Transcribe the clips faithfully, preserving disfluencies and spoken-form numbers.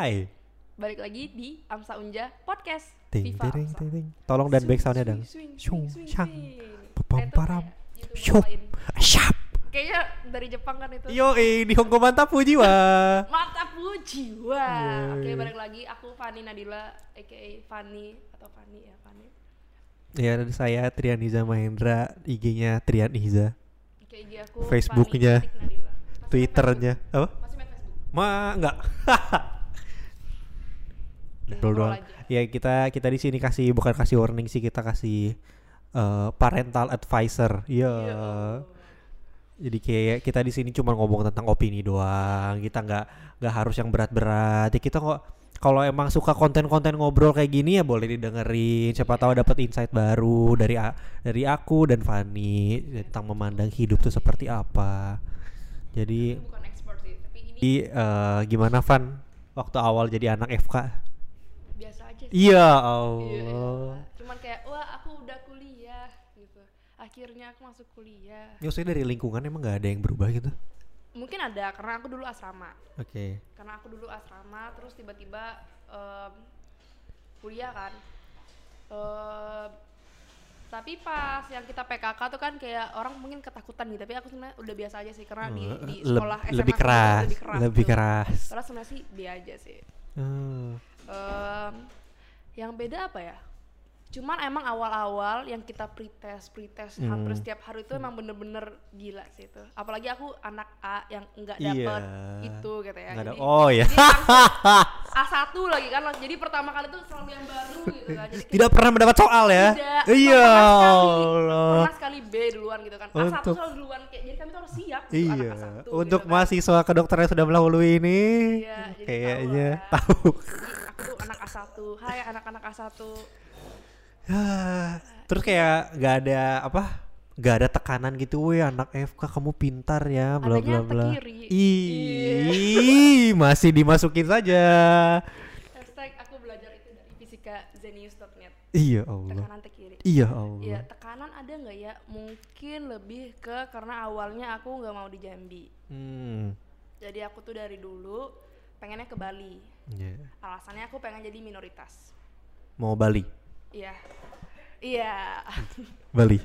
Hai. Balik lagi di Amsa Unja Podcast. Ting Viva ting Amsa. ting ting. Tolong dan back soundnya dong. Swing, swing, Shung, swing, syang, swing. papam, Eh, itu param, kayak YouTuber syup, lain. syap. Kayaknya dari Jepang kan itu. Yo, ini Hongko Mantapu jiwa. Mantap jiwa. Yeay. Oke, balik lagi. Aku Fani Nadila, aka Fani atau Fani ya Fani. Ya, dan saya Trianiza Mahendra, I G-nya Trianiza, Oke, I G aku Facebook-nya, Fani titik Nadila. Masih main Twitter-nya, apa? Facebook? Masih main Facebook. Ma, enggak. Dol doang. Ya kita kita di sini kasih bukan kasih warning sih, kita kasih uh, parental advisor. Iya. Yeah. Jadi kayak kita di sini cuma ngomong tentang opini doang. Kita nggak nggak harus yang berat-berat. Ya kita kok kalau emang suka konten-konten ngobrol kayak gini ya boleh didengerin. Siapa tahu dapat insight baru dari dari aku dan Fani tentang memandang hidup tuh seperti apa. Jadi bukan expert sih, tapi ini di, uh, gimana Van waktu awal jadi anak F K? biasa aja sih. Iya, Iya, Allah. cuman kayak wah aku udah kuliah gitu. Akhirnya aku masuk kuliah. Ya maksudnya dari lingkungan emang gak ada yang berubah gitu? Mungkin ada karena aku dulu asrama. Oke. Okay. Karena aku dulu asrama terus tiba-tiba um, kuliah kan. Um, tapi pas yang kita P K K tuh kan kayak orang mungkin ketakutan gitu, tapi aku sebenarnya udah biasa aja sih karena di, di sekolah S M A lebih aku keras, lebih keras. lebih tuh. keras. Karena sebenarnya sih B aja sih. Hmm. Um, yang beda apa ya? Cuman emang awal-awal yang kita pretest pretest hmm. hampir setiap hari itu emang bener-bener gila sih itu. Apalagi aku anak A yang enggak dapet iya. itu gitu ya. Nggak Jadi, ada, oh ya. A satu lagi kan. Jadi pertama kali tuh selalu yang baru gitu kan. Jadi Tidak pernah mendapat soal ya? Tidak. Iya. Allah. Pernah sekali B duluan gitu kan. A satu Untuk, selalu duluan kayak jadi kami tuh harus siap untuk iya. anak A satu. Untuk gitu kan. mahasiswa kedokteran yang sudah melahului ini, Iya, jadi kayaknya tahu. tahu. Jadi aku tuh anak A satu. Hai anak-anak A satu. Terus kayak gak ada apa? Gak ada tekanan gitu, weh anak F K kamu pintar ya, bla bla bla. Ih, masih dimasukin saja. Hashtag aku belajar itu dari fisika zenius dot net. Iya Allah. Tekanan tekiri. Iya Allah. Iya, tekanan ada nggak ya? Mungkin lebih ke karena awalnya aku nggak mau di Jambi. Hmm. Jadi aku tuh dari dulu pengennya ke Bali. Yeah. Alasannya aku pengen jadi minoritas. Mau Bali. Iya. Iya. Bali.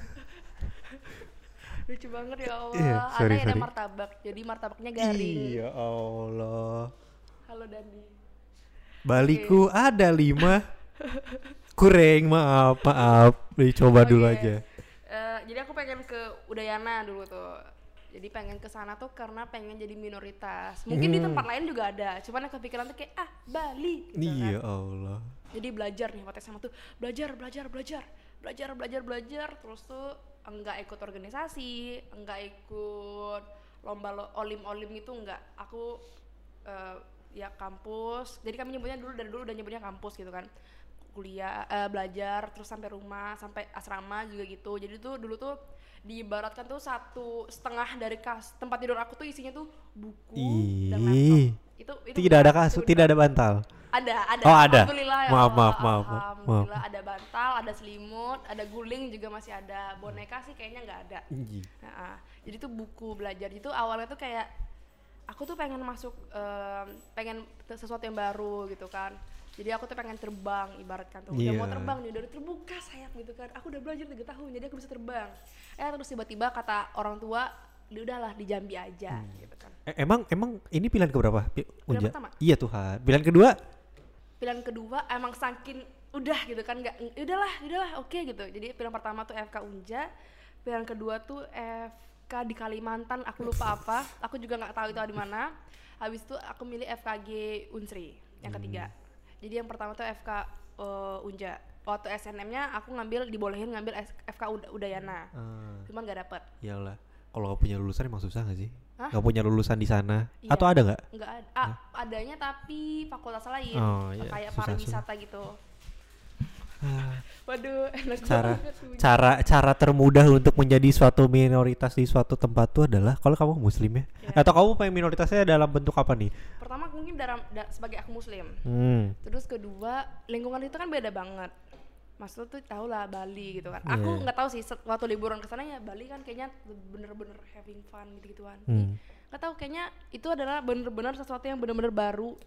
Lucu banget ya Allah. Yeah, sorry, ada ada sorry. martabak. Jadi martabaknya garing. Iya Allah. Halo Dandi. Baliku okay. Ada lima. Kurang, maaf, maaf. Dicoba okay. Dulu aja. Uh, jadi aku pengen ke Udayana dulu tuh. Jadi pengen ke sana tuh karena pengen jadi minoritas. Mungkin hmm. di tempat lain juga ada. Cuman yang kepikiran tuh kayak ah Bali. Gitu iya kan. Allah. Jadi belajar nih waktu S M A tuh belajar, belajar, belajar, belajar, belajar, belajar. Terus tuh enggak ikut organisasi, enggak ikut lomba lo, olim-olim itu enggak. Aku uh, ya kampus. Jadi kami nyebutnya dulu dari dulu udah nyebutnya kampus gitu kan. Kuliah, uh, belajar, terus sampai rumah, sampai asrama juga gitu. Jadi tuh dulu tuh diibaratkan tuh satu setengah dari kas tempat tidur aku tuh isinya tuh buku Ii. dan laptop. Itu, itu tidak ada kasur, tidak ada bantal. Ada, ada. Oh, ada. Alhamdulillah ya. Maaf, maaf, maaf. Alhamdulillah maaf. Ada bantal, ada selimut, ada guling juga masih ada. Boneka sih kayaknya nggak ada. Nah, jadi tuh buku belajar itu awalnya tuh kayak aku tuh pengen masuk, um, pengen sesuatu yang baru gitu kan. Jadi aku tuh pengen terbang, ibaratkan tuh yeah. udah mau terbang nih, udah terbuka sayap gitu kan. Aku udah belajar tiga tahun, jadi aku bisa terbang. Eh terus tiba-tiba kata orang tua, ya udahlah di Jambi aja, hmm. gitu kan. Eh, emang emang ini pilihan keberapa? Pilihan pertama. Iya Tuhan. Pilihan kedua? Pilihan kedua emang saking udah gitu kan, nggak, udahlah, udahlah, oke okay, gitu. Jadi pilihan pertama tuh F K Unja, pilihan kedua tuh F K di Kalimantan, aku lupa apa, aku juga nggak tahu itu di mana. Habis itu aku milih F K G Unsri yang ketiga. Hmm. Jadi yang pertama tuh F K uh, Unja. Waktu S N M-nya aku ngambil, dibolehin ngambil F K Udayana. Hmm. Cuman gak dapet. Iyalah. Kalau gak punya lulusan emang susah gak sih? Hah? Gak punya lulusan di sana? Iya. Atau ada gak? Gak ada. Ah, adanya tapi fakultas lain. Oh, iya. Kayak susah, pariwisata susah. gitu. Waduh, enak cara, banget. Cara cara termudah untuk menjadi suatu minoritas di suatu tempat tuh adalah kalau kamu muslim ya? Ya. Atau kamu pengen minoritasnya dalam bentuk apa nih? Pertama mungkin dalam da, sebagai aku muslim. Hmm. Terus kedua, lingkungan itu kan beda banget. Mas lo tuh tau lah Bali gitu kan. Yeah. Aku nggak tahu sih waktu liburan ke sana ya Bali kan kayaknya bener-bener having fun gitu-gituan. Hmm. Nggak tahu kayaknya itu adalah bener-bener sesuatu yang bener-bener baru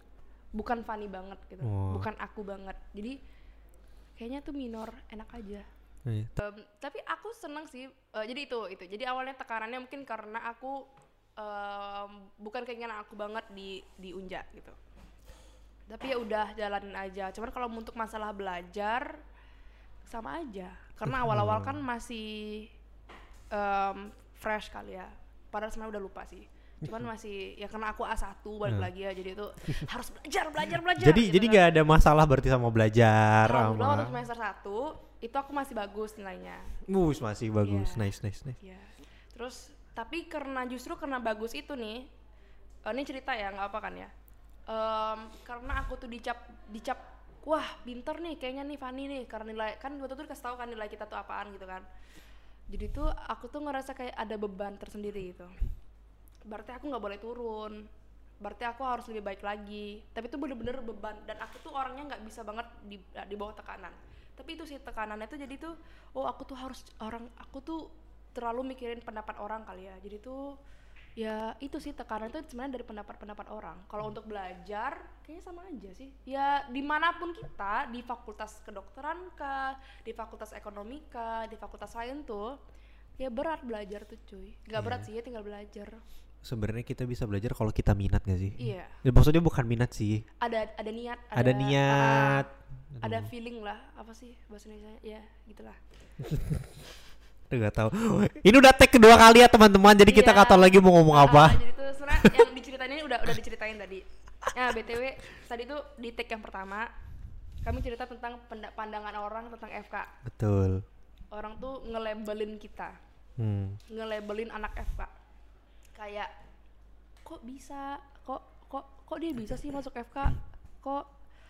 bukan Fanny banget gitu, Oh. bukan aku banget. Jadi kayaknya tuh minor enak aja. Iya. Um, tapi aku seneng sih, uh, jadi itu itu. Jadi awalnya tekanannya mungkin karena aku um, bukan keinginan aku banget di di Unja gitu. Tapi ya udah jalanin aja. Cuman kalau untuk masalah belajar sama aja. Karena awal-awal kan masih um, fresh kali ya. Padahal sebenarnya udah lupa sih. Cuman masih ya karena aku A satu balik Hmm. lagi ya. Jadi itu harus belajar belajar belajar. Jadi gitu jadi kan. nggak ada masalah berarti sama belajar Alhamdulillah waktu sama. semester satu itu aku masih bagus nilainya. Mus masih bagus, Iya. nice nice nice. Iya. Terus tapi karena justru karena bagus itu nih, uh, ini cerita ya nggak apa kan ya? Um, karena aku tuh dicap dicap wah pinter nih kayaknya nih Fanny nih karena nilai kan waktu itu dikasih tahu kan nilai kita tuh apaan gitu kan. Jadi tuh aku tuh ngerasa kayak ada beban tersendiri gitu. Berarti aku nggak boleh turun. Berarti aku harus lebih baik lagi. Tapi itu bener-bener beban dan aku tuh orangnya nggak bisa banget di di bawah tekanan. Tapi itu sih tekanannya tuh jadi tuh oh aku tuh harus orang aku tuh terlalu mikirin pendapat orang kali ya. Jadi tuh ya itu sih tekanan itu sebenarnya dari pendapat-pendapat orang. Kalau untuk belajar kayaknya sama aja sih. Ya dimanapun kita, di fakultas kedokteran kah, di fakultas ekonomi kah, di fakultas lain tuh ya berat belajar tuh cuy. Gak berat sih ya tinggal belajar. Sebenarnya kita bisa belajar kalau kita minat gak sih? Iya. Ya, maksudnya bukan minat sih. Ada ada niat. Ada niat. uh, ada feeling lah. Apa sih bahasa Indonesia? Ya gitulah. Udah gak tahu. Ini udah take kedua kali ya teman-teman. Jadi kita Iya. gak tahu lagi mau ngomong Ah, apa. jadi tuh sebenarnya yang diceritain ini udah udah diceritain tadi. Nah B T W tadi tuh di take yang pertama kami cerita tentang penda- pandangan orang tentang F K. Betul. Orang tuh nge-labelin kita, Hmm. nge-labelin anak F K. Kayak kok bisa, kok kok kok dia bisa sih masuk F K? Kok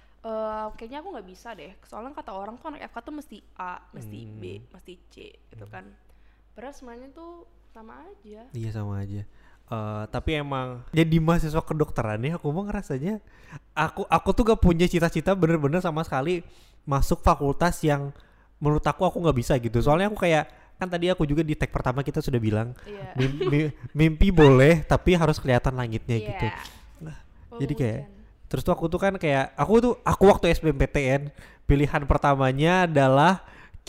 uh, kayaknya aku nggak bisa deh. Soalnya kata orang tuh anak F K tuh mesti A, mesti Hmm. B, mesti C gitu kan. Padahal sebenarnya tuh sama aja. Iya sama aja. Uh, tapi emang jadi mahasiswa kedokteran ya aku mah ngerasanya aku aku tuh gak punya cita-cita bener-bener sama sekali masuk fakultas yang menurut aku aku nggak bisa gitu. Soalnya aku kayak kan tadi aku juga di tag pertama kita sudah bilang Iya. mimpi, mimpi boleh tapi harus kelihatan langitnya Iya. gitu. Nah, Oh, jadi kayak hujan. terus tuh aku tuh kan kayak aku tuh aku waktu S B M P T N pilihan pertamanya adalah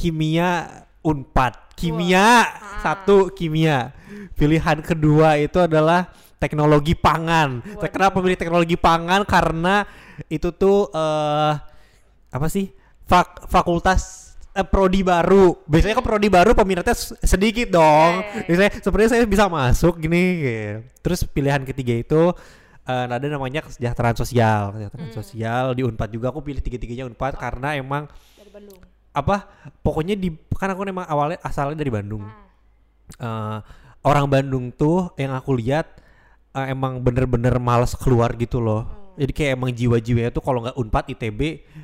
kimia Unpad. Kimia Wah. satu kimia. Pilihan kedua itu adalah teknologi pangan. Waduh. Kenapa pilih teknologi pangan? Karena itu tuh eh apa sih? Fak- fakultas eh, prodi baru. Biasanya kan prodi baru peminatnya s- sedikit dong. Yeah, yeah, yeah. Biasanya sepertinya saya bisa masuk gini. Gitu. Terus pilihan ketiga itu eh, ada namanya kesejahteraan sosial. Kesejahteraan Hmm. sosial di Unpad juga aku pilih tiga-tiganya Unpad karena emang Dari Bandung. apa pokoknya di kan aku emang awalnya asalnya dari Bandung. Hmm. Eh, orang Bandung tuh yang aku lihat eh, emang bener-bener malas keluar gitu loh. Hmm. Jadi kayak emang jiwa-jiwanya tuh kalau nggak Unpad, I T B,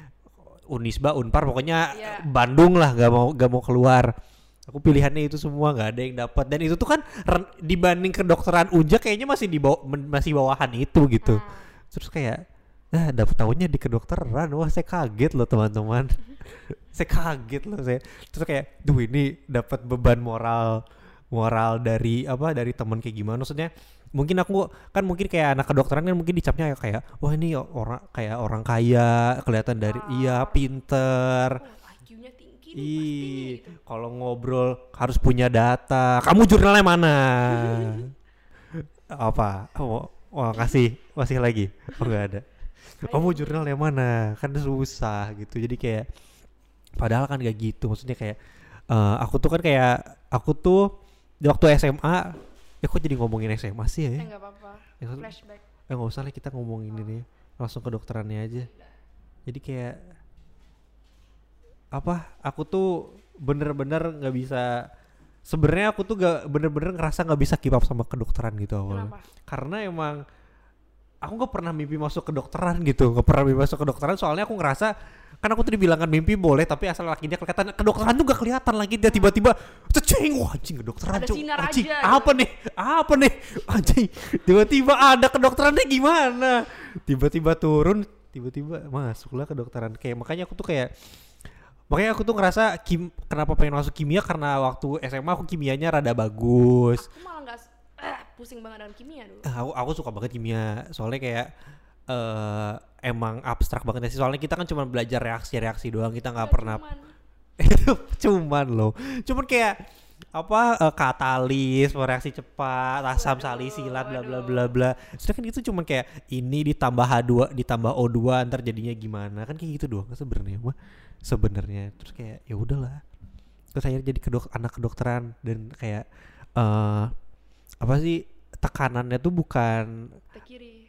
Unisba, Unpar, pokoknya Iya. Bandung lah, gak mau gak mau keluar. Aku pilihannya itu semua nggak ada yang dapat dan itu tuh kan ren- dibanding kedokteran Unja kayaknya masih di bawah men- masih bawahan itu gitu. Hmm. Terus kayak nah dapet tahunya di kedokteran, wah saya kaget loh teman-teman. Saya kaget loh saya. Terus kayak duh ini dapat beban moral moral dari apa dari teman kayak gimana maksudnya mungkin aku kan mungkin kayak anak kedokteran kan mungkin dicapnya kayak wah ini orang kayak orang kaya kelihatan dari Ah. iya pinter. Oh, I Q-nya tinggi nih pasti Ih, gitu. kalau ngobrol harus punya data. Kamu jurnalnya mana? Apa? Oh, oh, kasih, masih lagi. Oh, enggak ada. Kamu jurnalnya mana? Kan susah gitu. Jadi kayak padahal kan gak gitu. Maksudnya kayak eh, aku tuh kan kayak aku tuh di waktu S M A ya kok jadi ngomongin S M A sih ya? Eh nggak apa-apa. Ya, maksud- Flashback. Eh nggak usah lah kita ngomongin ini langsung ke dokterannya aja. Jadi kayak apa? Aku tuh bener-bener nggak bisa. Sebenarnya aku tuh gak bener-bener ngerasa nggak bisa keep up sama kedokteran gitu awalnya. Kenapa? Karena emang aku nggak pernah mimpi masuk kedokteran gitu, nggak pernah mimpi masuk kedokteran. Soalnya aku ngerasa kan aku tuh dibilangkan mimpi boleh, tapi asal lakinya kelihatan. Kedokteran tuh gak kelihatan lagi dia tiba-tiba cecing, wah anjing kedokteran Ada Cuk. sinar Anjing, aja, apa nih apa nih anjing tiba-tiba ada kedokterannya gimana tiba-tiba turun tiba-tiba masuklah kedokteran kayak makanya aku tuh kayak makanya aku tuh ngerasa kim, kenapa pengen masuk kimia karena waktu S M A aku kimianya rada bagus. Aku malah nggak s- eh, pusing banget dengan kimia dulu. Ah, aku aku suka banget kimia soalnya kayak uh, emang abstrak banget sih, soalnya kita kan cuma belajar reaksi-reaksi doang, kita nggak Nggak pernah cuman. itu cuman loh, cuman kayak apa uh, katalis, reaksi cepat, asam Waduh, salisilat, bla bla waduh. bla bla. Sedangkan itu cuman kayak ini ditambah H dua ditambah O dua ntar jadinya gimana, kan kayak gitu doang sebenarnya mah sebenarnya. Terus kayak ya udahlah, terus akhirnya jadi kedok anak kedokteran dan kayak uh, apa sih tekanannya tuh bukan Ke kiri.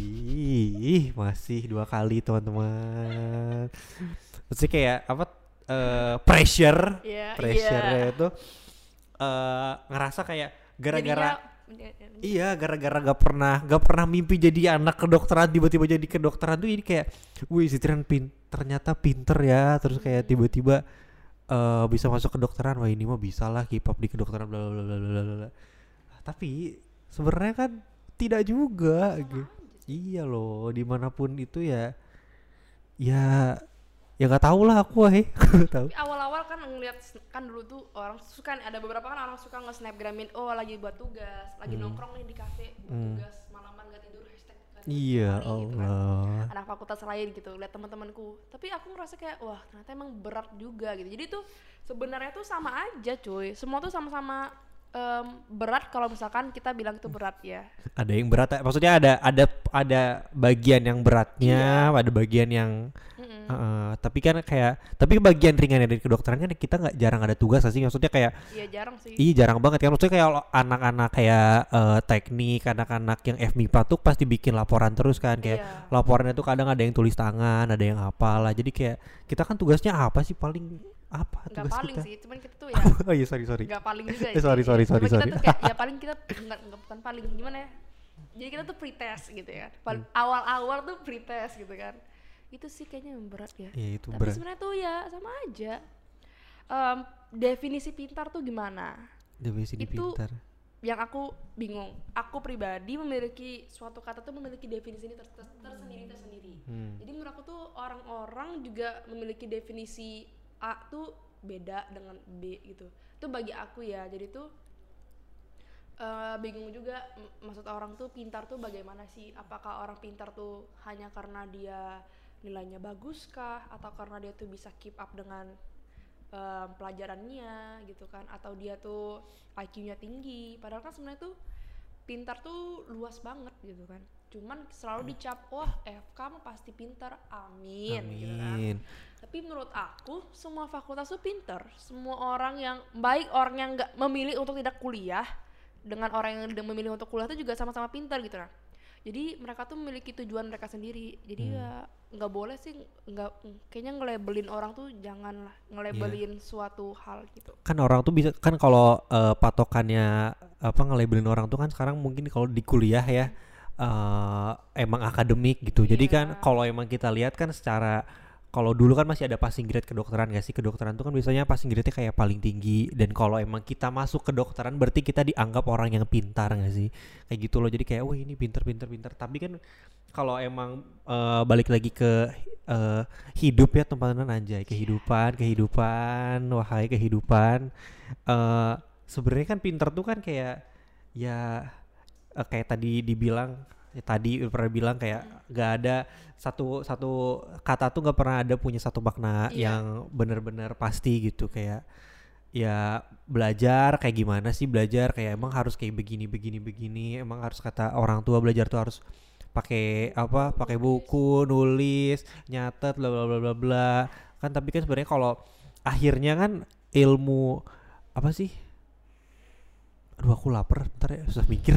ih masih dua kali teman-teman. Terus kayak apa uh, pressure Iya, pressure iya. itu uh, ngerasa kayak gara-gara Jadinya- iya gara-gara gak pernah gak pernah mimpi jadi anak kedokteran, tiba-tiba jadi kedokteran tuh jadi kayak wih si Trian pin, ternyata pinter ya, terus kayak Hmm. tiba-tiba uh, bisa masuk kedokteran, wah ini mah bisa lah keep up di kedokteran bla bla bla bla bla bla. Tapi sebenarnya kan tidak juga Sama gitu. aja sih. Iya loh, dimanapun itu ya ya ya nggak tahu lah aku heh tahu. Tapi awal-awal kan ngeliat s- kan dulu tuh orang suka ada beberapa kan orang suka nge-snapgramin oh lagi buat tugas, lagi Hmm. nongkrong nih di kafe buat Hmm. tugas malaman gak tidur hashtag gak tidur Iya hari gitu kan. Allah. Anak fakultas lain gitu lihat teman-temanku. Tapi aku ngerasa kayak wah ternyata emang berat juga gitu. Jadi tuh sebenarnya tuh sama aja cuy. Semua tuh sama-sama em, berat kalau misalkan kita bilang itu berat ya. Ada yang berat, maksudnya ada ada ada bagian yang beratnya, ada bagian yang Mm-mm. uh, tapi kan kayak tapi bagian ringannya dari kedokteran kan kita nggak jarang ada tugas sih, maksudnya kayak Iya jarang sih. iya jarang banget kan, maksudnya kayak kalau anak-anak kayak uh, teknik, anak-anak yang F M I P A tuh pasti bikin laporan terus kan, kayak Iya. laporannya tuh kadang ada yang tulis tangan, ada yang apalah, jadi kayak kita kan tugasnya apa sih paling apa Nggak tugas paling kita? sih, cuman kita tuh ya Oh iya sorry sorry. nggak paling juga Eh, sorry, sih. sorry, Cuma sorry, kita sorry. tuh kayak ya paling kita nggak nggak bukan paling gimana ya, jadi kita tuh pretest gitu ya. Paling Hmm. awal-awal tuh pretest gitu kan, itu sih kayaknya yang berat ya. Iya itu Tapi berat. sebenarnya tuh ya sama aja. Em, definisi pintar tuh gimana, Definisi itu- pintar. yang aku bingung. Aku pribadi memiliki suatu kata tuh memiliki definisi ter- ter- tersendiri tersendiri. Hmm. Jadi menurut aku tuh orang-orang juga memiliki definisi A tuh beda dengan B gitu. Itu bagi aku ya. Jadi tuh eh, bingung juga m- maksud orang tuh pintar tuh bagaimana sih? Apakah orang pintar tuh hanya karena dia nilainya bagus kah, atau karena dia tuh bisa keep up dengan em, pelajarannya gitu kan, atau dia tuh I Q-nya tinggi. Padahal kan sebenarnya tuh pintar tuh luas banget gitu kan. Cuman selalu dicap wah F K mah pasti pintar, amin, gitu kan. Amin. Tapi menurut aku semua fakultas tuh pintar. Semua orang yang baik, orang yang nggak memilih untuk tidak kuliah dengan orang yang memilih untuk kuliah itu juga sama-sama pintar gitu kan. Jadi mereka tuh memiliki tujuan mereka sendiri. Jadi Hmm. ya nggak boleh sih, nggak kayaknya ngelabelin orang tuh janganlah ngelabelin suatu hal gitu. Kan orang tuh bisa kan kalau uh, patokannya apa nge-labelin orang tuh kan sekarang mungkin kalau di kuliah ya uh, emang akademik gitu. Jadi Iya. kan kalau emang kita lihat kan secara kalau dulu kan masih ada passing grade kedokteran gak sih? Kedokteran tuh kan biasanya passing grade-nya kayak paling tinggi, dan kalau emang kita masuk kedokteran berarti kita dianggap orang yang pintar gak sih? Kayak gitu loh. Jadi kayak wah ini pintar pintar pintar. Tapi kan kalau emang uh, balik lagi ke uh, hidup ya teman-teman, anjay kehidupan kehidupan wahai kehidupan, uh, sebenarnya kan pintar tuh kan kayak ya uh, kayak tadi dibilang ya, tadi pernah bilang kayak gak ada satu satu kata tuh gak pernah ada punya satu makna Iya. yang benar-benar pasti gitu. Kayak ya belajar kayak gimana sih, belajar kayak emang harus kayak begini begini begini, emang harus kata orang tua belajar tuh harus pakai apa, pakai buku, nulis, nyatet, bla bla bla bla bla kan. Tapi kan sebenarnya kalau akhirnya kan ilmu apa sih, aduh aku lapar, ntar ya susah mikir.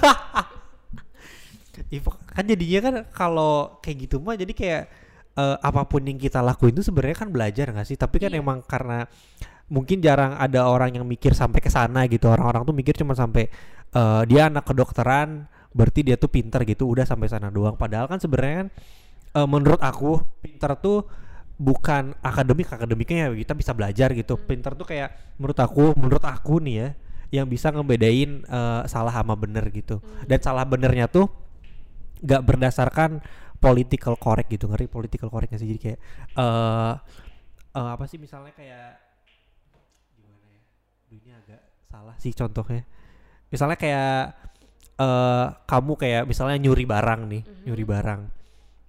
Kan jadinya kan kalau kayak gitu mah jadi kayak uh, apapun yang kita lakuin itu sebenarnya kan belajar nggak sih? Tapi kan Iya. emang karena mungkin jarang ada orang yang mikir sampai ke sana gitu. Orang-orang tuh mikir cuma sampai uh, dia anak kedokteran berarti dia tuh pintar gitu, udah sampai sana doang. Padahal kan sebenarnya kan uh, menurut aku pintar tuh bukan akademik, akademiknya ya kita bisa belajar gitu. Hmm. Pintar tuh kayak menurut aku, menurut aku nih ya, yang bisa ngebedain uh, salah sama bener gitu. Hmm. Dan salah benernya tuh gak berdasarkan political correct gitu, ngeri political correct gak sih? Jadi kayak uh, uh, apa sih misalnya kayak gimana ya, dunia agak salah sih contohnya. Misalnya kayak uh, kamu kayak misalnya nyuri barang nih, Mhm. nyuri barang.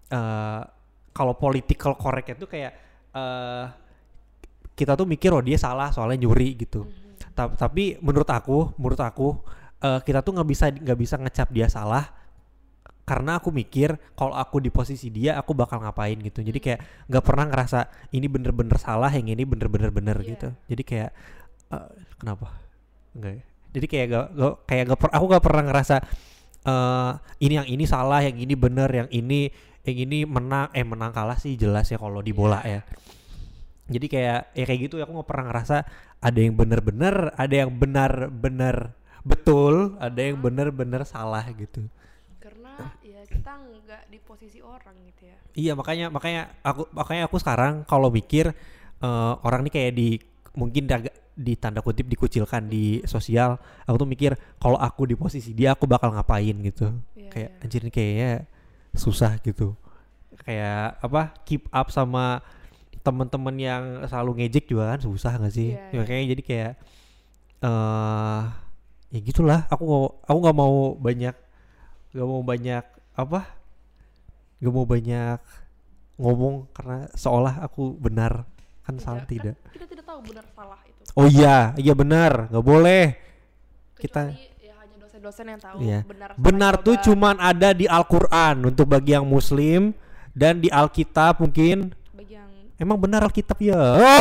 uh, kalau political correct itu kayak uh, kita tuh mikir oh dia salah soalnya nyuri gitu. Mm-hmm. Ta- tapi menurut aku, menurut aku uh, kita tuh nggak bisa nggak bisa ngecap dia salah karena aku mikir kalau aku di posisi dia aku bakal ngapain gitu. Jadi kayak nggak pernah ngerasa ini bener-bener salah, yang ini bener-bener bener yeah. gitu. Jadi kayak uh, kenapa? Enggak ya. Jadi kayak gak, gak kayak gak per, aku gak pernah ngerasa uh, ini yang ini salah, yang ini bener, yang ini yang ini menang eh menang kalah sih jelas ya kalau di bola yeah. ya. Jadi kayak ya kayak gitu aku nggak pernah ngerasa ada yang bener-bener, ada yang benar-benar betul, ada yang bener-bener salah gitu. Karena ya kita nggak di posisi orang gitu ya. Iya makanya makanya aku makanya aku sekarang kalau mikir uh, orang nih kayak di mungkin agak di tanda kutip dikucilkan di sosial, aku tuh mikir kalau aku di posisi dia aku bakal ngapain gitu. Yeah, kayak yeah. anjir ini kayaknya susah gitu. Kayak apa keep up sama teman-teman yang selalu ngejek juga kan susah nggak sih? Yeah, ya, yeah. Kayaknya jadi kayak uh, ya gitulah. Aku aku nggak mau banyak nggak mau banyak apa? Nggak mau banyak ngomong karena seolah aku benar kan salah kan tidak. Kita tidak tahu benar salah itu. Oh iya, iya benar, nggak boleh. Kecuali kita ya hanya dosen-dosen yang tahu iya. benar. Benar tuh cuman ada di Al-Qur'an untuk bagi yang muslim dan di Alkitab mungkin. Bagi yang emang benar Alkitab ya.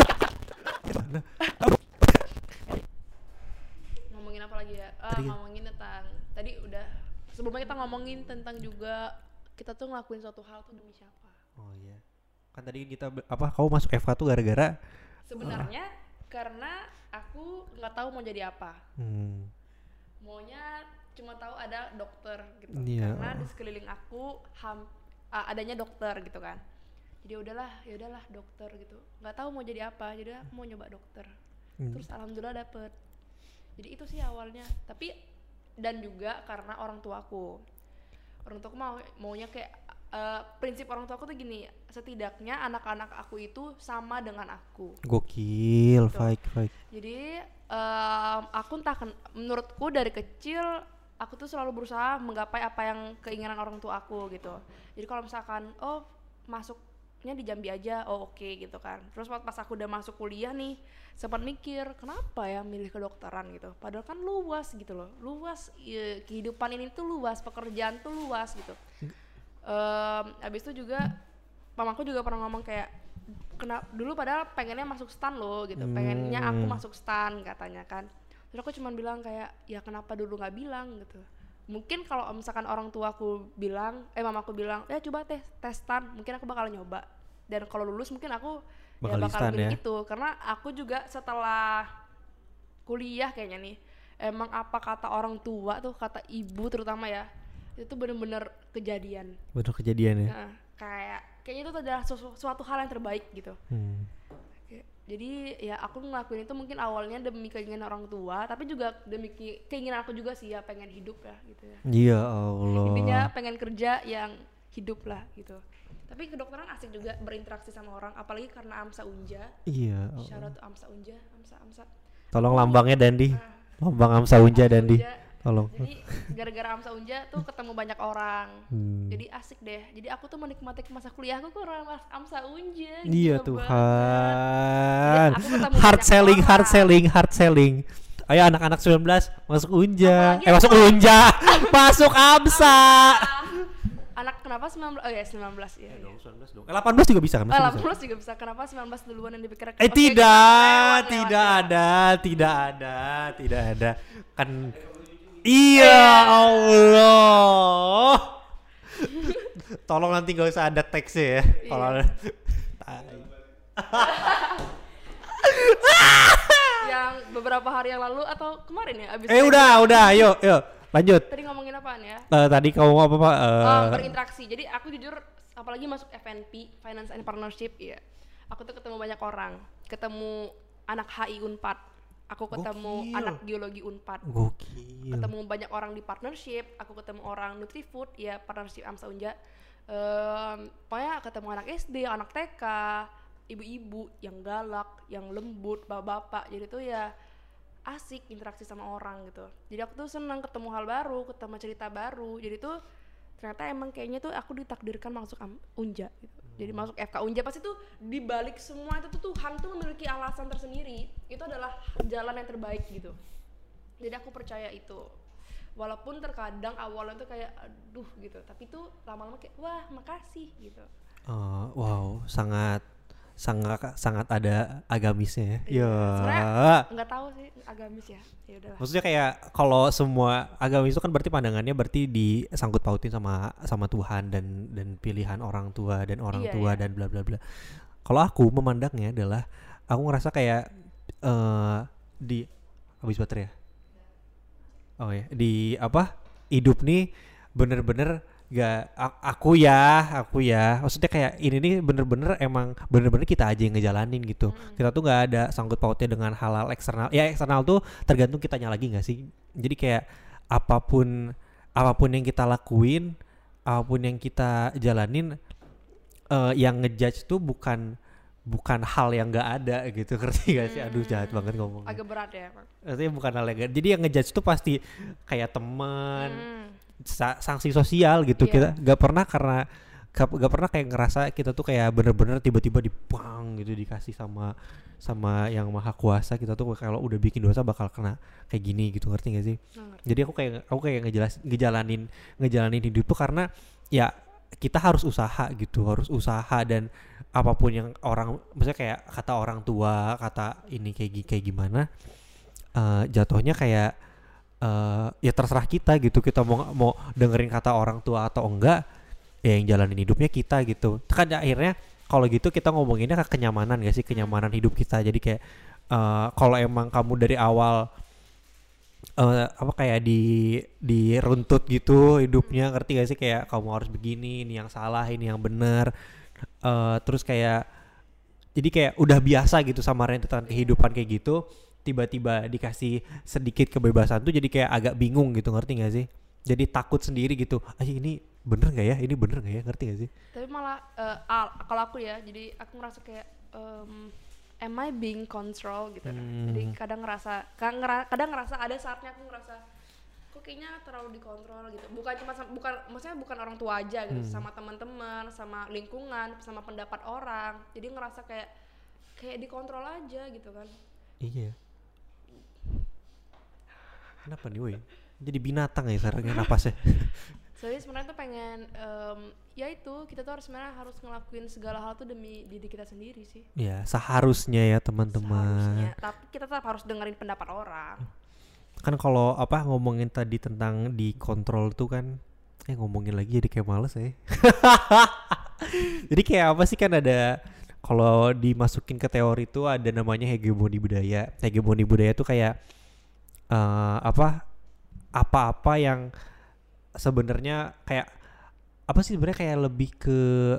Ngomongin apa lagi ya? Uh, ngomongin tentang tadi udah sebelumnya kita ngomongin tentang juga kita tuh ngelakuin suatu hal tuh demi siapa. Oh iya. Kan tadi kita apa kamu masuk F K tuh gara-gara sebenarnya uh. karena aku nggak tahu mau jadi apa. Hmm. Maunya cuma tahu ada dokter gitu. Yeah. Karena di sekeliling aku ham, uh, adanya dokter gitu kan. Jadi udahlah, ya udahlah dokter gitu. Nggak tahu mau jadi apa, jadi aku mau nyoba dokter. Hmm. Terus alhamdulillah dapet. Jadi itu sih awalnya. Tapi dan juga karena orang tuaku. Orang tuaku mau maunya kayak Uh, prinsip orang tua aku tuh gini, setidaknya anak-anak aku itu sama dengan aku. Gokil, gitu. Baik, baik. Jadi um, aku entah ken- menurutku dari kecil aku tuh selalu berusaha menggapai apa yang keinginan orang tua aku gitu. Jadi kalau misalkan oh masuknya di Jambi aja, oh oke okay, gitu kan. Terus pas aku udah masuk kuliah nih, sempat mikir kenapa ya milih kedokteran gitu. Padahal kan luas gitu loh, luas ya, kehidupan ini tuh luas, pekerjaan tuh luas gitu. Um, abis itu juga mamaku juga pernah ngomong kayak kena dulu padahal pengennya masuk stan loh gitu, hmm. pengennya aku masuk stan katanya kan. Terus aku cuma bilang kayak ya kenapa dulu nggak bilang gitu. Mungkin kalau misalkan orang tuaku bilang, eh mamaku bilang ya coba tes tes stan, mungkin aku bakal nyoba. Dan kalau lulus mungkin aku bakal ya bakal milih ya. Itu karena aku juga setelah kuliah kayaknya nih emang apa kata orang tua tuh, kata ibu terutama ya, itu benar-benar kejadian. Benar kejadian ya. Nah, kayak kayaknya itu adalah suatu, suatu hal yang terbaik gitu. Hmm. Jadi ya aku ngelakuin itu mungkin awalnya demi keinginan orang tua, tapi juga demi keinginan aku juga sih ya, pengen hidup ya gitu ya. Ya Allah. Intinya pengen kerja yang hidup lah gitu. Tapi kedokteran asik juga berinteraksi sama orang, apalagi karena AMSA Unja. Iya. Syarat AMSA Unja, AMSA AMSA. Tolong lambangnya Dandi. Ah. Lambang AMSA Unja Dandi. Tolong. Jadi gara-gara AMSA Unja tuh ketemu banyak orang. Hmm. Jadi asik deh. Jadi aku tuh menikmati masa kuliahku ke orang AMSA Unja. Iya Tuhan. Hard selling, orang. hard selling, hard selling. Ayo anak-anak sembilan belas masuk Unja. Eh masuk Unja. Masuk AMSA. Anak kenapa sembilan belas? Oh ya sembilan belas ya. Ya dong, sembilan belas dong. Eh, delapan belas juga bisa kan? Oh, delapan belas juga bisa. Kenapa sembilan belas duluan yang dipikirkan? Eh okay, tidak, lewat, tidak lewat, ada, ya. tidak ada, tidak ada. Kan iya Allah. Tolong nanti gak usah ada teksnya ya. Kalau ada yang beberapa hari yang lalu atau kemarin ya abis Eh udah, udah, ayo, yuk. Lanjut. Tadi ngomongin apaan ya? Uh, tadi kamu apa Pak? Uh, uh, berinteraksi. Jadi aku jujur apalagi masuk F N P, Finance and Partnership ya. Aku tuh ketemu banyak orang. Ketemu anak H I Unpad. Aku ketemu Gokil. anak geologi Unpad. Gokil. Ketemu banyak orang di partnership. Aku ketemu orang Nutrifood ya, partnership AMSA Unja. Um, pokoknya ketemu anak S D, anak T K, ibu-ibu yang galak, yang lembut, bapak-bapak. Jadi tuh ya asik interaksi sama orang gitu. Jadi aku tuh senang ketemu hal baru, ketemu cerita baru. Jadi tuh ternyata emang kayaknya tuh aku ditakdirkan masuk am- Unja gitu. Jadi masuk F K Unja pasti tuh dibalik semua itu tuh Tuhan tuh memiliki alasan tersendiri. Itu adalah jalan yang terbaik gitu. Jadi aku percaya itu. Walaupun terkadang awalnya tuh kayak aduh gitu, tapi tuh lama-lama kayak wah makasih gitu. Uh, wow, sangat sangat sangat ada agamisnya ya. Iya, Ya. sebenarnya nggak tahu sih agamis ya. Ya udahlah. Maksudnya kayak kalau semua agamis itu kan berarti pandangannya berarti disangkut pautin sama sama Tuhan dan dan pilihan orang tua dan orang Iya, tua iya. dan bla bla bla. Kalau aku memandangnya adalah aku ngerasa kayak eh di habis baterai ya. Oh ya, di apa? Hidup nih bener-bener gak a- aku ya, aku ya. Maksudnya kayak ini nih bener-bener emang bener-bener kita aja yang ngejalanin gitu. Mm. Kita tuh nggak ada sangkut pautnya dengan hal-hal eksternal. Ya eksternal tuh tergantung kitanya lagi nggak sih. Jadi kayak apapun apapun yang kita lakuin, apapun yang kita jalanin, eh, yang ngejudge tuh bukan bukan hal yang nggak ada gitu. Ngerti gak sih? Aduh jahat banget ngomongnya. Agak berat ya emang. Artinya bukan hal yang nggak- jadi yang ngejudge tuh pasti kayak teman, Hmm. sa- sanksi sosial gitu. Iya. Kita nggak pernah karena gak, gak pernah kayak ngerasa kita tuh kayak bener-bener tiba-tiba dipang gitu dikasih sama sama yang maha kuasa. Kita tuh kalau udah bikin dosa bakal kena kayak gini gitu, ngerti gak sih? Nggak ngerti. Jadi aku kayak aku kayak ngejelas ngejalanin ngejalanin hidup tuh karena ya kita harus usaha gitu, harus usaha dan apapun yang orang maksudnya kayak kata orang tua, kata ini kayak gi- kayak gimana, eh, jatuhnya kayak eh, ya terserah kita gitu. Kita mau mau dengerin kata orang tua atau enggak, ya yang jalanin hidupnya kita gitu. Kan akhirnya kalau gitu kita ngomonginnya ke kenyamanan gak sih, kenyamanan hidup kita. Jadi kayak eh, kalau emang kamu dari awal eh, apa kayak di diruntut gitu hidupnya, ngerti gak sih, kayak kamu harus begini, ini yang salah, ini yang benar. Eh, terus kayak jadi kayak udah biasa gitu sama rentetan kehidupan kayak gitu, tiba-tiba dikasih sedikit kebebasan tuh jadi kayak agak bingung gitu, ngerti gak sih? Jadi takut sendiri gitu, ah ini bener gak ya, ini bener gak ya, ngerti gak sih? Tapi malah eh, al- kalau aku ya, jadi aku ngerasa kayak em, am I being control gitu. Hmm. Jadi kadang ngerasa kadang, ngera- kadang ngerasa ada saatnya aku ngerasa kok kayaknya terlalu dikontrol gitu. Bukan cuma sam- bukan maksudnya bukan orang tua aja gitu, Hmm. sama teman-teman, sama lingkungan, sama pendapat orang. Jadi ngerasa kayak kayak dikontrol aja gitu kan. Iya. Kenapa nih woi? Jadi binatang ya sekarang ya napasnya. Jadi sebenarnya tuh pengen em, ya itu kita tuh harus sebenarnya harus ngelakuin segala hal tuh demi diri kita sendiri sih. Ya seharusnya ya teman-teman. Seharusnya. Tapi kita tetap harus dengerin pendapat orang. Kan kalau apa ngomongin tadi tentang dikontrol tuh kan, eh ngomongin lagi jadi kayak males ya. Jadi kayak apa sih, kan ada kalau dimasukin ke teori tuh ada namanya hegemoni budaya. Hegemoni budaya tuh kayak eh, apa apa-apa yang sebenarnya kayak apa sih sebenarnya kayak lebih ke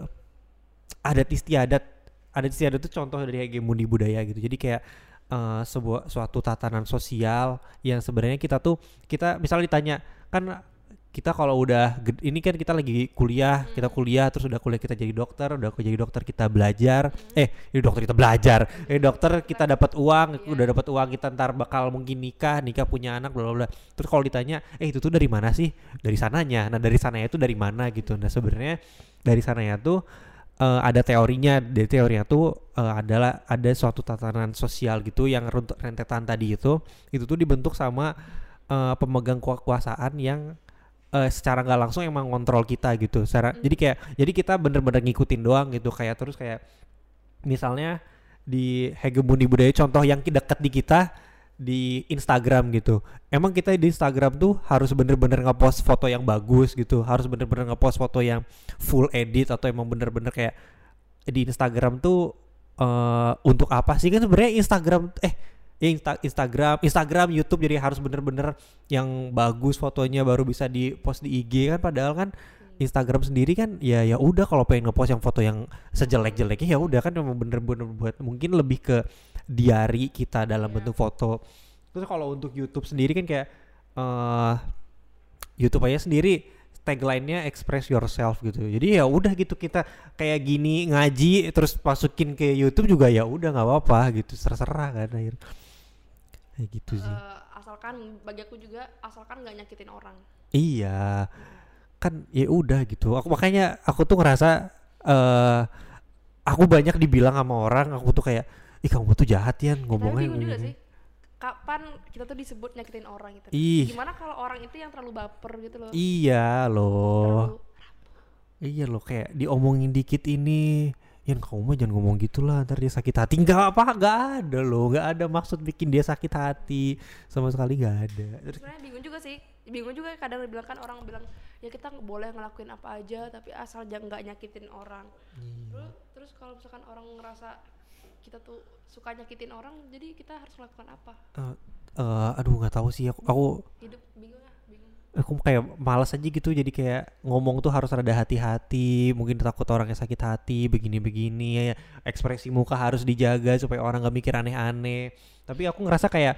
adat istiadat. Adat istiadat itu contoh dari hegemoni budaya gitu. Jadi kayak uh, sebuah suatu tatanan sosial yang sebenarnya kita tuh kita misalnya ditanya kan, kita kalau udah ged- ini kan kita lagi kuliah, Hmm. kita kuliah terus udah kuliah kita jadi dokter, udah aku jadi dokter kita belajar, eh ini dokter kita belajar, eh dokter kita dapat uang, Iya. udah dapat uang kita ntar bakal mungkin nikah, nikah punya anak, bla bla bla. Terus kalau ditanya, eh itu tuh dari mana sih? Dari sananya. Nah dari sananya itu dari mana gitu. Nah sebenarnya dari sananya tuh eh, ada teorinya. Dari teorinya tuh eh, adalah ada suatu tatanan sosial gitu yang runt- rentetan tadi itu, itu tuh dibentuk sama eh, pemegang kekuasaan yang eh, secara nggak langsung emang ngontrol kita gitu. Secara Mm. jadi kayak jadi kita bener-bener ngikutin doang gitu, kayak terus kayak misalnya di hegemoni budaya contoh yang dekat di kita di Instagram gitu. Emang kita di Instagram tuh harus bener-bener ngepost foto yang bagus gitu, harus bener-bener ngepost foto yang full edit atau emang bener-bener kayak di Instagram tuh eh, untuk apa sih, kan sebenarnya Instagram eh Insta- Instagram, Instagram, YouTube jadi harus bener-bener yang bagus fotonya baru bisa di post di I G kan, padahal kan Instagram sendiri kan ya ya udah kalau pengen ngepost yang foto yang sejelek-jeleknya ya udah kan memang bener-bener buat mungkin lebih ke diary kita dalam Iya. bentuk foto. Terus kalau untuk YouTube sendiri kan kayak eh YouTube aja sendiri tagline-nya express yourself gitu. Jadi ya udah gitu kita kayak gini ngaji terus masukin ke YouTube juga ya udah nggak apa-apa gitu, terserah kan akhir. Kayak gitu sih. Eh, asalkan bagi aku juga asalkan nggak nyakitin orang. Iya. kan ya udah gitu. Aku makanya aku tuh ngerasa uh, aku banyak dibilang sama orang, aku tuh kayak ih kamu tuh jahat ya ngomongnya. Tapi bingung juga sih, kapan kita tuh disebut nyakitin orang gitu. Ih. Gimana kalau orang itu yang terlalu baper gitu loh. Iya loh. Terlalu... Iya loh kayak diomongin dikit ini, Yan kamu mah jangan ngomong gitulah ntar dia sakit hati. Enggak apa, enggak ada loh, enggak ada maksud bikin dia sakit hati sama sekali, enggak ada. Sebenarnya bingung juga sih, bingung juga kadang dibilang kan orang bilang ya kita boleh ngelakuin apa aja tapi asal jangan nggak nyakitin orang. Hmm. Terus terus kalau misalkan orang ngerasa kita tuh suka nyakitin orang, jadi kita harus melakukan apa? Uh, uh, aduh nggak tahu sih aku, aku hidup bingung ya, bingung. Aku kayak malas aja gitu, jadi kayak ngomong tuh harus rada hati-hati, mungkin takut orangnya sakit hati, begini-begini ya, ekspresi muka harus dijaga supaya orang nggak mikir aneh-aneh. Tapi aku ngerasa kayak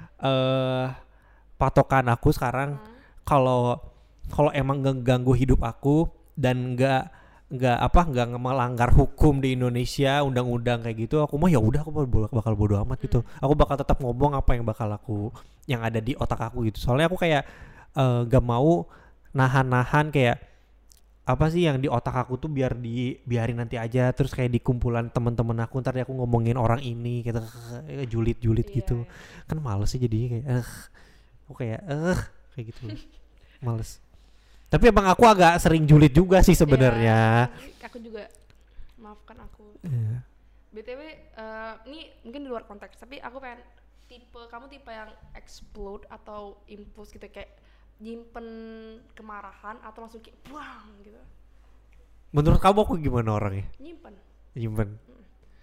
uh, patokan aku sekarang kalau hmm. kalau emang ganggu hidup aku dan nggak nggak apa nggak melanggar hukum di Indonesia, undang-undang kayak gitu, aku mah ya udah aku bakal bodo amat gitu. Hmm. Aku bakal tetap ngomong apa yang bakal aku yang ada di otak aku gitu. Soalnya aku kayak uh, gak mau nahan-nahan kayak apa sih yang di otak aku tuh biar dibiarin nanti aja, terus kayak di kumpulan teman-teman aku ntar aku ngomongin orang ini gitu julid-julid yeah, gitu. Yeah. Kan males sih jadinya kayak eh uh, aku kayak eh uh, kayak gitu. Males. Tapi emang aku agak sering julid juga sih sebenarnya. Ya, aku juga, maafkan aku. Yeah. B T W, uh, ini mungkin di luar konteks, tapi aku pengen tipe kamu tipe yang explode atau impuls gitu, kayak nyimpen kemarahan atau langsung kayak buang gitu. Menurut kamu aku gimana orangnya? Nyimpen. Nyimpen. Hmm.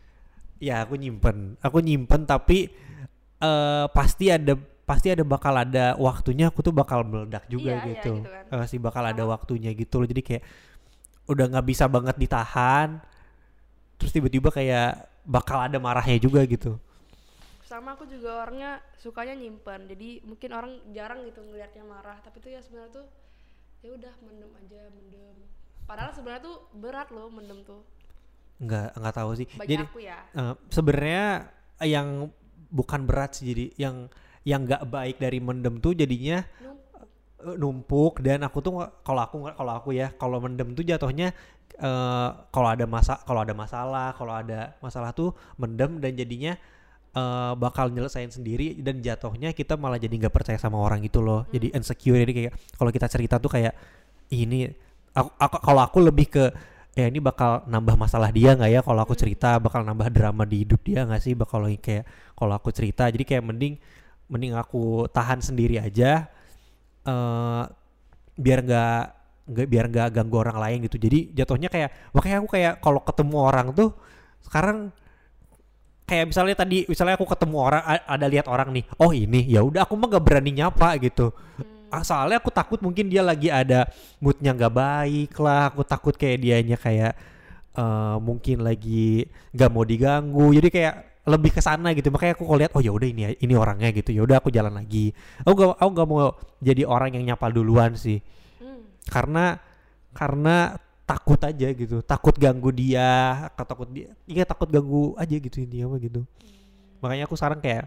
Ya aku nyimpen, aku nyimpen tapi uh, pasti ada. pasti ada bakal ada waktunya aku tuh bakal meledak juga iya, gitu, iya, gitu kan. pasti bakal ada waktunya gitu loh, jadi kayak udah nggak bisa banget ditahan, terus tiba-tiba kayak bakal ada marahnya juga gitu. Sama aku juga orangnya sukanya nyimpan, jadi mungkin orang jarang gitu ngelihatnya marah, tapi tuh ya sebenarnya tuh ya udah mendem aja, mendem. Padahal sebenarnya tuh berat loh mendem tuh. Nggak nggak tahu sih. Bagi jadi aku ya. Uh, sebenarnya yang bukan berat sih, jadi yang yang nggak baik dari mendem tuh jadinya numpuk, numpuk dan aku tuh kalau aku kalau aku ya kalau mendem tuh jatuhnya uh, kalau ada masa kalau ada masalah kalau ada masalah tuh mendem dan jadinya uh, bakal nyelesain sendiri dan jatuhnya kita malah jadi nggak percaya sama orang gitu loh. Hmm. Jadi insecure, jadi kayak kalau kita cerita tuh kayak ini aku, aku kalau aku lebih ke ya ini bakal nambah masalah dia nggak ya kalau aku cerita, bakal nambah drama di hidup dia nggak sih bakal kayak kalau aku cerita, jadi kayak mending mending aku tahan sendiri aja uh, biar nggak nggak biar nggak ganggu orang lain gitu. Jadi jatuhnya kayak makanya aku kayak kalau ketemu orang tuh sekarang kayak misalnya tadi misalnya aku ketemu orang ada lihat orang nih, oh ini ya udah aku mah nggak berani nyapa gitu. Hmm. Soalnya aku takut mungkin dia lagi ada moodnya nggak baik lah, aku takut kayak dianya kayak uh, mungkin lagi nggak mau diganggu, jadi kayak lebih ke sana gitu. Makanya aku kalau lihat oh ya udah ini ini orangnya gitu, ya udah aku jalan lagi. Aku gak aku gak mau jadi orang yang nyapa duluan sih. Hmm. Karena karena takut aja gitu, takut ganggu dia, takut dia, iya takut ganggu aja gitu intinya mah gitu. Hmm. Makanya aku sekarang kayak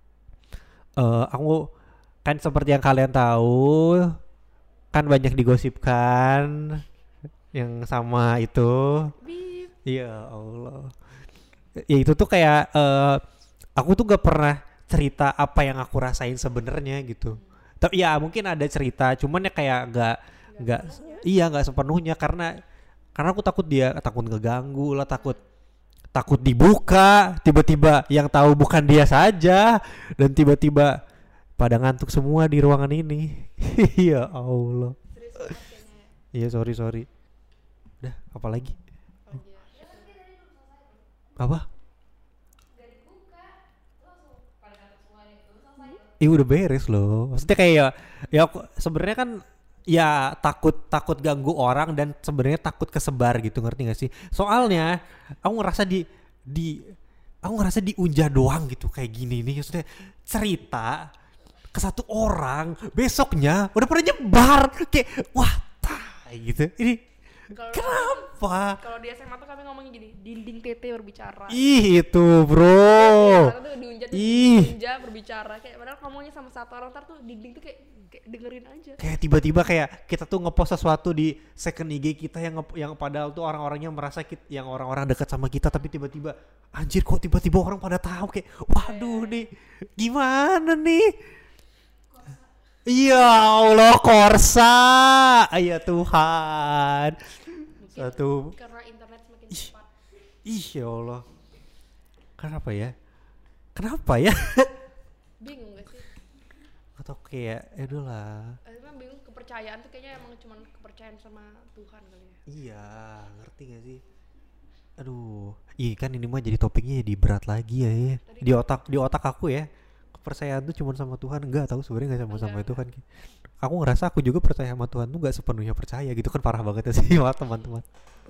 uh, aku kan seperti yang kalian tahu kan banyak digosipkan yang sama itu. Iya Allah. Ya itu tuh kayak uh, aku tuh gak pernah cerita apa yang aku rasain sebenarnya gitu. Tapi ya mungkin ada cerita, cuman ya kayak gak gak iya gak sepenuhnya karena karena aku takut dia takut ngeganggu lah, takut takut dibuka tiba-tiba yang tahu bukan dia saja dan tiba-tiba pada ngantuk semua di ruangan ini. Ya Allah. Iya sorry sorry. Udah apa lagi? Apa? Iya udah beres loh. Maksudnya kayak ya, ya sebenarnya kan ya takut takut ganggu orang dan sebenarnya takut kesebar gitu, ngerti gak sih? Soalnya aku ngerasa di di aku ngerasa diunjah doang gitu kayak gini nih, maksudnya cerita ke satu orang besoknya udah pada nyebar kayak wah tai gitu. Ini Kalo kenapa? Kalau di S M A tuh kami ngomongnya gini, dinding tete berbicara. Ih itu bro. Ya, tuh diunjah tuh diunjah berbicara. Kayak padahal ngomongnya sama satu orang, ntar tuh dinding tuh kayak kayak dengerin aja. Kayak tiba-tiba kayak kita tuh ngepost sesuatu di second I G kita yang nge- yang padahal tuh orang-orangnya merasa kita, yang orang-orang dekat sama kita, tapi tiba-tiba anjir kok tiba-tiba orang pada tahu, kayak waduh nih gimana nih. Ya Allah, Korsa, ya Tuhan. Mungkin Satu, karena internet semakin Ih. cepat. ih ya Allah. Kenapa ya? Kenapa ya? Bingung gak sih? Atau kayak, ya udahlah. Eh, Emang bingung, kepercayaan tuh kayaknya emang cuma kepercayaan sama Tuhan kali ya. Iya, ngerti gak sih? Aduh, iya kan ini mah jadi topiknya jadi berat lagi ya, ya. Tadi Di otak di otak aku ya, kepercayaan tuh cuma sama Tuhan. Enggak tahu sebenarnya nggak sama sama Enggak, Tuhan. Aku ngerasa aku juga percaya sama Tuhan tuh nggak sepenuhnya percaya gitu kan, parah banget ya sih wah teman-teman.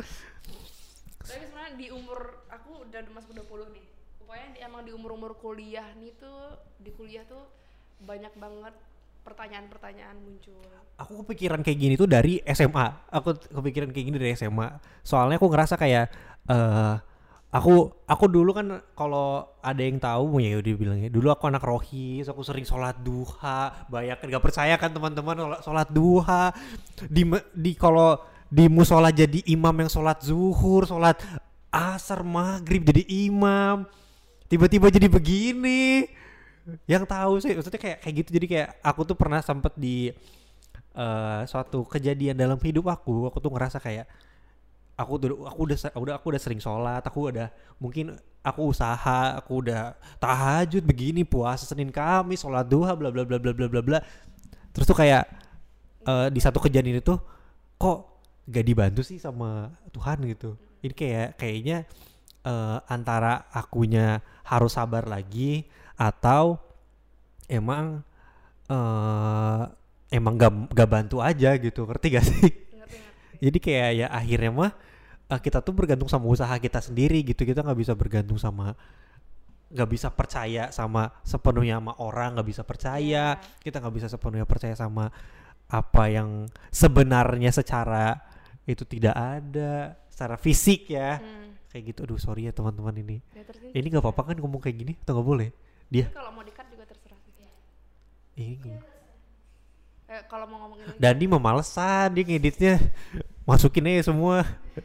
Tapi sebenarnya di umur aku udah masuk dua puluh nih. Pokoknya di, emang di umur-umur kuliah nih tuh, di kuliah tuh banyak banget pertanyaan-pertanyaan muncul. Aku kepikiran kayak gini tuh dari S M A. Aku kepikiran kayak gini dari S M A. Soalnya aku ngerasa kayak eh aku aku dulu kan kalau ada yang tahu ya udah bilangnya dulu aku anak rohis, aku sering sholat duha. Bayangkan gak percaya kan teman-teman sholat, sholat duha di di kalau di musola jadi imam yang sholat zuhur, sholat asar, maghrib jadi imam. Tiba-tiba jadi begini. Yang tahu sih maksudnya kayak kayak gitu. Jadi kayak aku tuh pernah sempet di uh, suatu kejadian dalam hidup aku, aku tuh ngerasa kayak aku udah aku udah udah aku udah sering sholat, aku udah mungkin aku usaha, aku udah tahajud begini, puasa Senin Kamis, sholat duha, bla bla bla bla bla bla bla. Terus tuh kayak uh, di satu kejadian itu kok gak dibantu sih sama Tuhan gitu. Ini kayak kayaknya uh, antara akunya harus sabar lagi atau emang uh, emang gak, gak bantu aja gitu, ngerti gak sih? Ngerti, ngerti. Jadi kayak ya akhirnya mah uh, kita tuh bergantung sama usaha kita sendiri gitu. Kita nggak bisa bergantung sama, nggak bisa percaya sama sepenuhnya sama orang, nggak bisa percaya. Yeah. Kita nggak bisa sepenuhnya percaya sama apa yang sebenarnya secara itu tidak ada, secara fisik ya. Hmm. Kayak gitu. Aduh sorry ya teman-teman ini. Ya, terus Ini nggak apa-apa kan ngomong kayak gini atau nggak boleh? Dia Tapi kalau mau di-cut juga terserah sih. ini Eh, kalau mau ngomongin lagi. Dandi memalesan dia ngeditnya, masukin aja semua.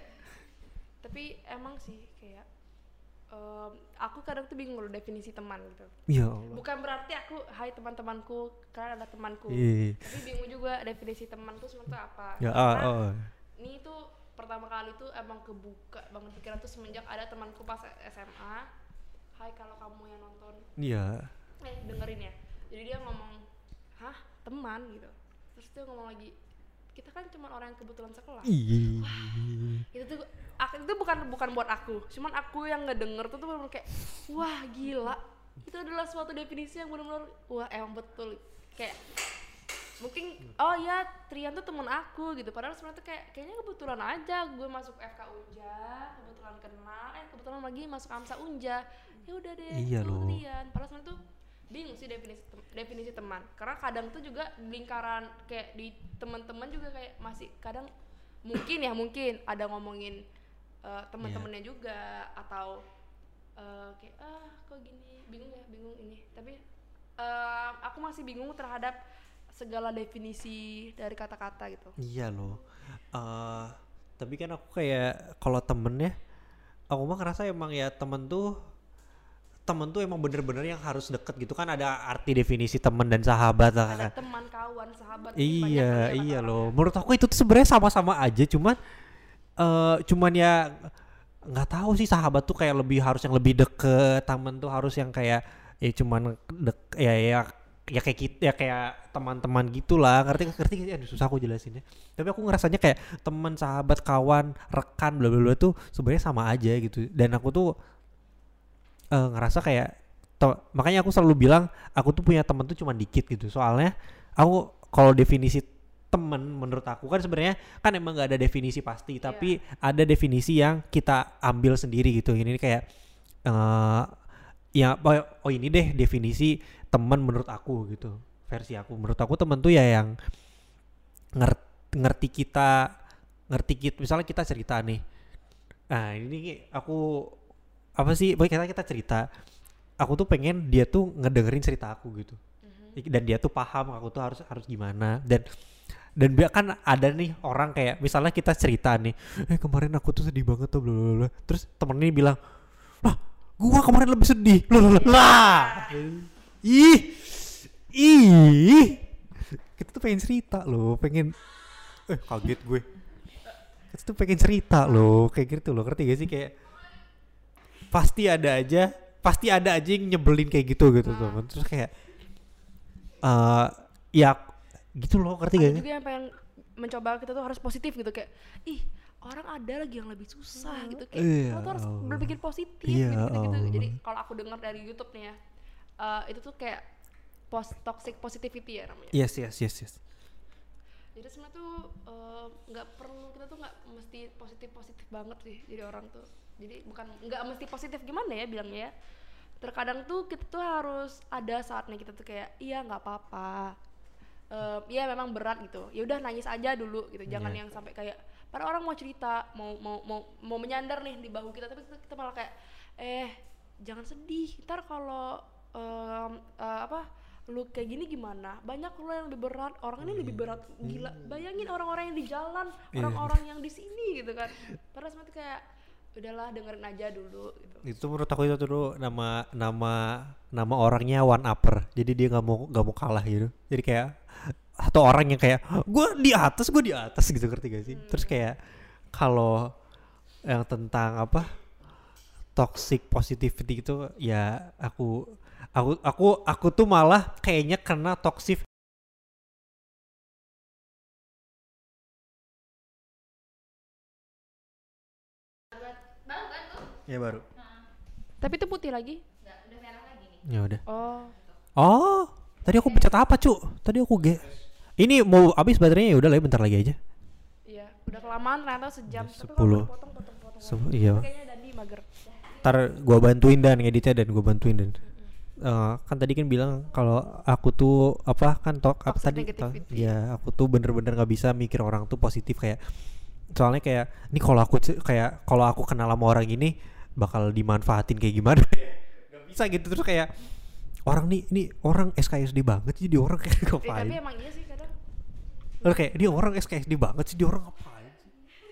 Tapi emang sih kayak em, aku kadang tuh bingung loh definisi teman gitu. Ya Allah. Bukan berarti aku hai teman-temanku karena ada temanku. Iya. Tapi bingung juga definisi teman tuh sebenarnya apa. Ya Karena ah, oh. ini tuh pertama kali tuh emang kebuka banget pikiran tuh semenjak ada temanku pas S M A. Hai kalau kamu yang nonton, Iya. eh dengerin ya. Jadi dia ngomong, hah teman gitu. Terus dia ngomong lagi, kita kan cuma orang yang kebetulan sekelas. Iya. Itu tuh aku, itu bukan bukan buat aku, cuman aku yang ngedenger tuh tuh bener-bener kayak wah gila, itu adalah suatu definisi yang benar-benar wah emang betul. Kayak mungkin oh ya Trian tuh temen aku gitu, padahal sebenarnya tuh kayak kayaknya kebetulan aja gue masuk F K Unja, kebetulan kenal, eh kebetulan lagi masuk AMSA Unja, ya udah deh Iya lu loh. Trian. Padahal sebenarnya tuh bingung sih definisi tem- definisi teman, karena kadang tuh juga lingkaran kayak di teman-teman juga kayak masih kadang mungkin ya mungkin ada ngomongin uh, teman-temannya juga atau uh, kayak ah kok gini bingung ya bingung ini, tapi uh, aku masih bingung terhadap segala definisi dari kata-kata gitu. Iya loh. Uh, tapi kan aku kayak kalau temennya, aku mah ngerasa emang ya temen tuh temen tuh emang bener-bener yang harus deket gitu kan, ada arti definisi temen dan sahabat lah Ada kan. teman, kawan, sahabat. Iya iya loh. Ya. Menurut aku itu tuh sebenarnya sama-sama aja, cuman uh, cuman ya nggak tahu sih, sahabat tuh kayak lebih harus yang lebih deket, temen tuh harus yang kayak ya cuman dek ya ya ya kayak kita ya kayak teman-teman gitulah, ngerti ngerti ya, susah aku jelasinnya. Tapi aku ngerasanya kayak teman, sahabat, kawan, rekan, bla bla bla tuh sebenarnya sama aja gitu. Dan aku tuh uh, ngerasa kayak to, makanya aku selalu bilang aku tuh punya teman tuh cuma dikit gitu. Soalnya aku kalau definisi teman menurut aku kan sebenarnya kan emang nggak ada definisi pasti, Yeah. tapi ada definisi yang kita ambil sendiri gitu. Ini kayak uh, ya oh, oh ini deh definisi teman menurut aku gitu, versi aku. Menurut aku teman tuh ya yang ngerti, ngerti kita ngerti kita misalnya kita cerita nih, nah ini aku apa sih pokoknya kita kita cerita, aku tuh pengen dia tuh ngedengerin cerita aku gitu. Mm-hmm. dan dia tuh paham aku tuh harus harus gimana. Dan dan dia kan ada nih orang kayak misalnya kita cerita nih, eh kemarin aku tuh sedih banget tuh bla bla bla, terus temen ini bilang, wah gua kemarin lebih sedih loh lah, ih ih kita tuh pengen cerita loh, pengen eh kaget gue, kita tuh pengen cerita loh kayak gitu loh, ngerti gak sih? Kayak pasti ada aja pasti ada aja yang nyebelin kayak gitu gitu teman. Terus kayak uh, ya gitu loh, ngerti gak? Ada juga yang pengen mencoba kita tuh harus positif gitu, kayak ih orang ada lagi yang lebih susah gitu, kayak iya, lo tuh harus oh. berpikir positif iya, gitu gitu. oh. Jadi kalau aku dengar dari YouTube nih ya, uh, itu tuh kayak post toxic positivity ya namanya. Yes yes yes yes. Jadi sebenarnya tuh nggak uh, perlu, kita tuh nggak mesti positif positif banget sih jadi orang tuh. Jadi bukan nggak mesti positif gimana ya bilangnya ya. Terkadang tuh kita tuh harus ada saatnya kita tuh kayak iya nggak apa-apa. Uh, ya memang berat gitu, ya udah nangis aja dulu gitu, jangan yeah. yang sampai kayak pada orang mau cerita mau mau mau mau menyandar nih di bahu kita, tapi kita, kita malah kayak eh jangan sedih, ntar kalau um, uh, apa lu kayak gini gimana, banyak lu yang lebih berat, orang ini hmm. lebih berat, gila, bayangin orang-orang yang di jalan, yeah. orang-orang yang di sini gitu kan, padahal sebenarnya kayak udahlah dengerin aja dulu gitu. Itu menurut aku itu tuh nama nama nama orangnya one upper, jadi dia nggak mau nggak mau kalah gitu, jadi kayak atau orang yang kayak gue di atas gue di atas gitu, ngerti gak sih? Hmm. Terus kayak kalau yang tentang apa toxic positivity itu ya aku aku aku aku tuh malah kayaknya kena toxic. Baru kan tuh? Ya baru. Nah. Tapi itu putih lagi? Nggak, udah merah lagi nih. Ya udah. Oh. Oh, tadi aku pencet apa, Cuk? Tadi aku ge. Ini mau habis baterainya, ya udah lah, bentar lagi aja. Iya, udah kelamaan ternyata sejam. sepuluh. Potong-potong. Se- iya. Kayaknya Dandi mager. Ntar gua bantuin dan ngeditnya dan gua bantuin dan. Mm-hmm. Uh, kan tadi kan bilang kalau aku tuh apa kan tok apa tadi? To, ya, aku tuh bener-bener nggak bisa mikir orang tuh positif, kayak soalnya kayak ini kalau aku kayak kalau aku kenal sama orang ini bakal dimanfaatin kayak gimana? Gak bisa gitu, terus kayak orang nih ini orang S K S D banget sih, dia orang kayak ngapain? Eh, tapi emang iya sih kadang. Terus kayak dia orang S K S D banget sih, dia orang ngapain sih?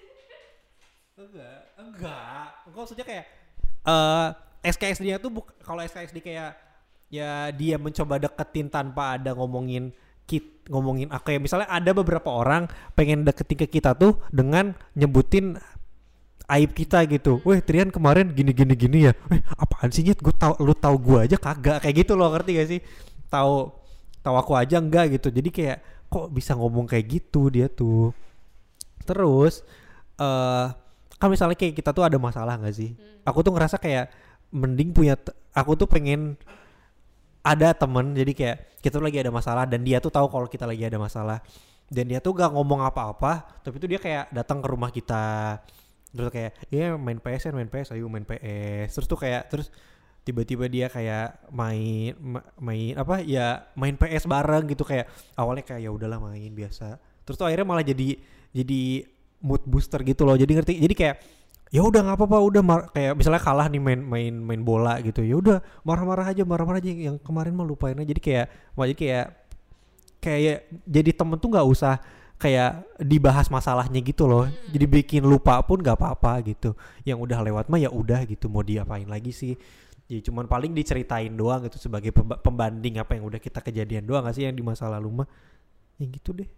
Enggak, enggak. Enggak maksudnya kayak uh, S K S D-nya tuh buk- kalau S K S D kayak ya dia mencoba deketin tanpa ada ngomongin kit ngomongin aku, kayak misalnya ada beberapa orang pengen deketin ke kita tuh dengan nyebutin aib kita gitu. Weh Trian kemarin gini gini gini ya. Weh apaan sih Nyet, gue tau lu tahu gue aja kagak, kayak gitu loh, ngerti gak sih? Tahu tahu aku aja enggak gitu. Jadi kayak kok bisa ngomong kayak gitu dia tuh. Terus uh, kan misalnya kayak kita tuh ada masalah nggak sih? Hmm. Aku tuh ngerasa kayak mending punya t- aku tuh pengen ada temen, jadi kayak kita tuh lagi ada masalah dan dia tuh tahu kalau kita lagi ada masalah dan dia tuh gak ngomong apa-apa, tapi tuh dia kayak datang ke rumah kita terus kayak ya main P S, main P S, ayo main P S, terus tuh kayak terus tiba-tiba dia kayak main ma- main apa ya main P S bareng gitu, kayak awalnya kayak ya udahlah main biasa, terus tuh akhirnya malah jadi jadi mood booster gitu loh, jadi ngerti, jadi kayak ya udah nggak apa-apa, udah mar- kayak misalnya kalah nih main main main bola gitu, ya udah marah-marah aja marah-marah aja yang kemarin mah lupain aja, jadi kayak jadi kayak kayak jadi temen tuh nggak usah kayak dibahas masalahnya gitu loh, hmm. jadi bikin lupa pun nggak apa-apa gitu, yang udah lewat mah ya udah gitu, mau diapain lagi sih, ya cuman paling diceritain doang gitu sebagai pemba- pembanding apa yang udah kita kejadian doang nggak sih yang di masa lalu mah, yang gitu deh.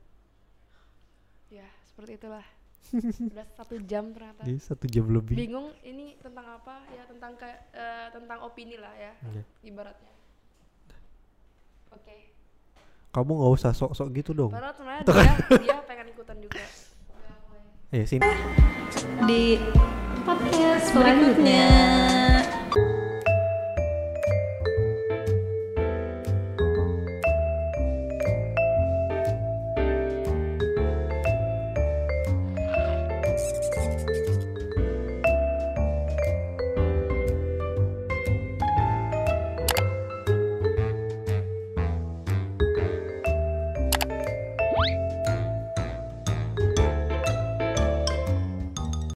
Ya seperti itulah. Udah satu jam ternyata. Jadi satu jam lebih. Bingung ini tentang apa ya, tentang kayak uh, tentang opini lah ya, yeah. Ibaratnya. Oke. Okay. Kamu nggak usah sok-sok gitu dong. Padahal sebenarnya dia, dia pengen ikutan juga. Ya sini. Di podcast selanjutnya.